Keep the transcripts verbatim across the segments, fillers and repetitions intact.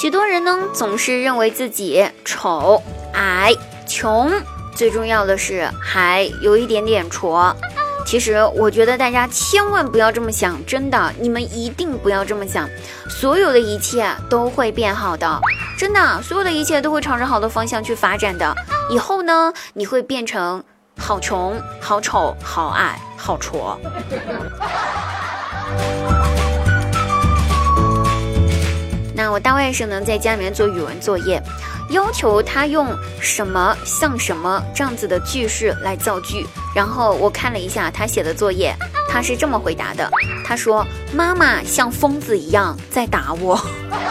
许多人呢总是认为自己丑、矮、穷，最重要的是还有一点点矬。其实我觉得大家千万不要这么想，真的，你们一定不要这么想，所有的一切都会变好的，真的，所有的一切都会朝着好的方向去发展的。以后呢，你会变成好穷、好丑、好矮、好矬。那我大外甥呢，在家里面做语文作业，要求他用什么像什么这样子的句式来造句。然后我看了一下他写的作业，他是这么回答的，他说：妈妈像疯子一样在打我。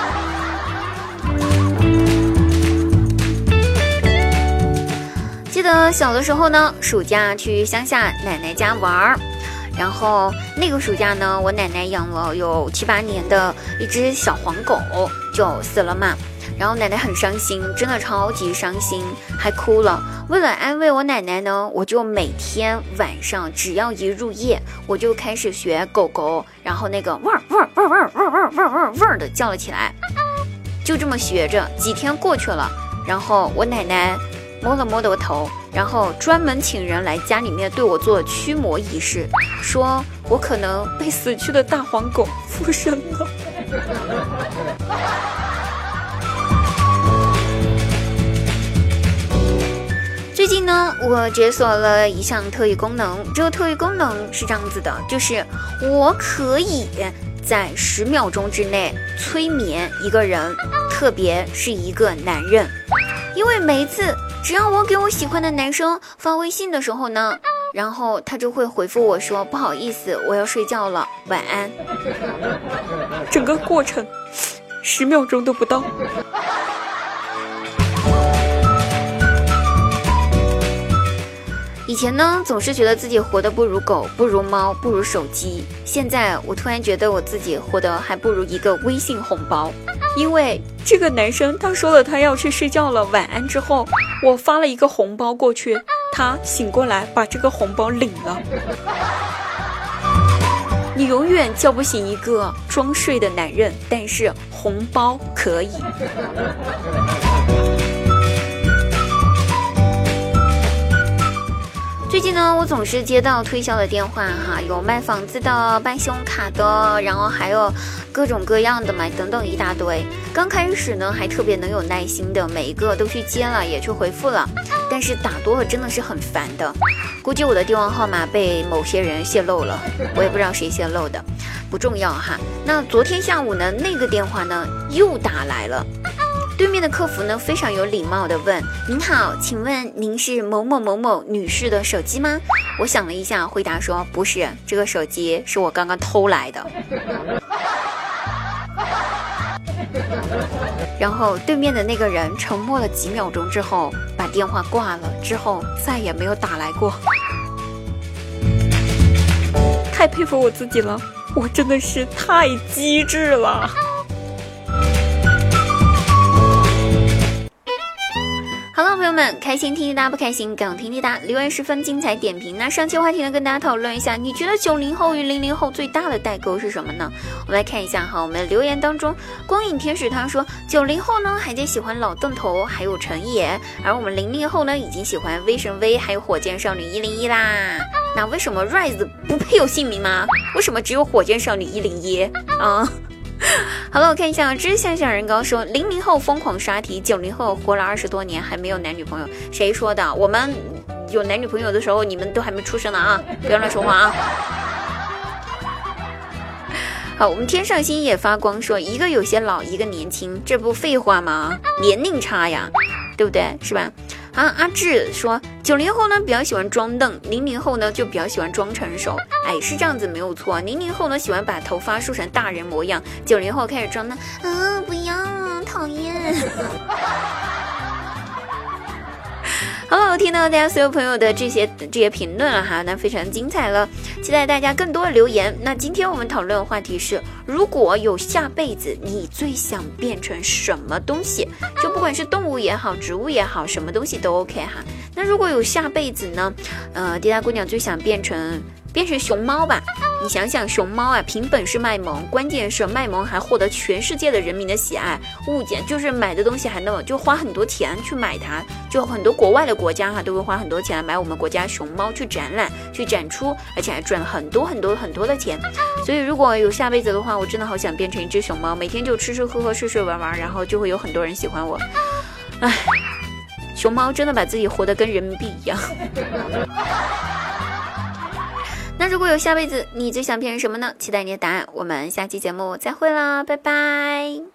记得小的时候呢，暑假去乡下奶奶家玩，然后那个暑假呢，我奶奶养了有七八年的一只小黄狗就死了嘛，然后奶奶很伤心，真的超级伤心，还哭了。为了安慰我奶奶呢，我就每天晚上只要一入夜，我就开始学狗狗，然后那个汪汪汪汪汪汪汪汪汪的叫了起来，就这么学着，几天过去了，然后我奶奶摸了摸我头，然后专门请人来家里面对我做驱魔仪式，说我可能被死去的大黄狗附身了。最近呢，我解锁了一项特异功能，这个特异功能是这样子的，就是我可以在十秒钟之内催眠一个人，特别是一个男人，因为每一次只要我给我喜欢的男生发微信的时候呢，然后他就会回复我说不好意思，我要睡觉了，晚安。整个过程十秒钟都不到。以前呢，总是觉得自己活得不如狗，不如猫，不如手机。现在我突然觉得我自己活得还不如一个微信红包，因为这个男生他说了他要去睡觉了，晚安之后，我发了一个红包过去，他醒过来把这个红包领了。你永远叫不醒一个装睡的男人，但是红包可以。最近呢，我总是接到推销的电话哈，有卖房子的，办信用卡的，然后还有各种各样的嘛，等等一大堆。刚开始呢，还特别能有耐心的，每一个都去接了，也去回复了。但是打多了真的是很烦的，估计我的电话号码被某些人泄露了，我也不知道谁泄露的，不重要哈。那昨天下午呢，那个电话呢又打来了。对面的客服呢非常有礼貌地问：您好，请问您是某某某某女士的手机吗？我想了一下，回答说不是，这个手机是我刚刚偷来的。然后对面的那个人沉默了几秒钟之后把电话挂了，之后再也没有打来过。太佩服我自己了，我真的是太机智了。好了，朋友们，开心听滴答，不开心更听滴答。留言十分精彩点评。那上期话题呢，跟大家讨论一下，你觉得九零后与零零后最大的代沟是什么呢？我们来看一下哈，我们的留言当中，光影天使他说，九零后呢还在喜欢老邓头，还有陈也，而我们零零后呢已经喜欢威神威，还有火箭少女一零一啦。那为什么 Rise 不配有姓名吗？为什么只有火箭少女一零一啊？好了，我看一下，知向向人高说，零零后疯狂刷题，九零后活了二十多年还没有男女朋友。谁说的？我们有男女朋友的时候，你们都还没出生呢啊！不要乱说话啊！好，我们天上星也发光说，一个有些老，一个年轻，这不废话吗？年龄差呀，对不对？是吧？啊，阿志说，九零后呢比较喜欢装嫩，零零后呢就比较喜欢装成熟。哎，是这样子没有错。零零后呢喜欢把头发梳成大人模样，九零后开始装嫩，啊，不要啊，讨厌。好了，我听到大家所有朋友的这些这些评论了哈，那非常精彩了，期待大家更多的留言。那今天我们讨论的话题是，如果有下辈子，你最想变成什么东西？就不管是动物也好，植物也好，什么东西都 OK 哈。那如果有下辈子呢？呃，滴答姑娘最想变成变成熊猫吧， 你想想，熊猫啊，凭本事卖萌，关键是卖萌还获得全世界的人民的喜爱。物件就是买的东西还能就花很多钱去买它，就很多国外的国家哈、啊、都会花很多钱买我们国家熊猫去展览、去展出，而且还赚很多很多很多的钱。所以如果有下辈子的话，我真的好想变成一只熊猫，每天就吃吃喝喝、睡睡玩玩，然后就会有很多人喜欢我。唉，熊猫真的把自己活得跟人民币一样。那如果有下辈子，你最想变成什么呢？期待你的答案，我们下期节目再会啦，拜拜。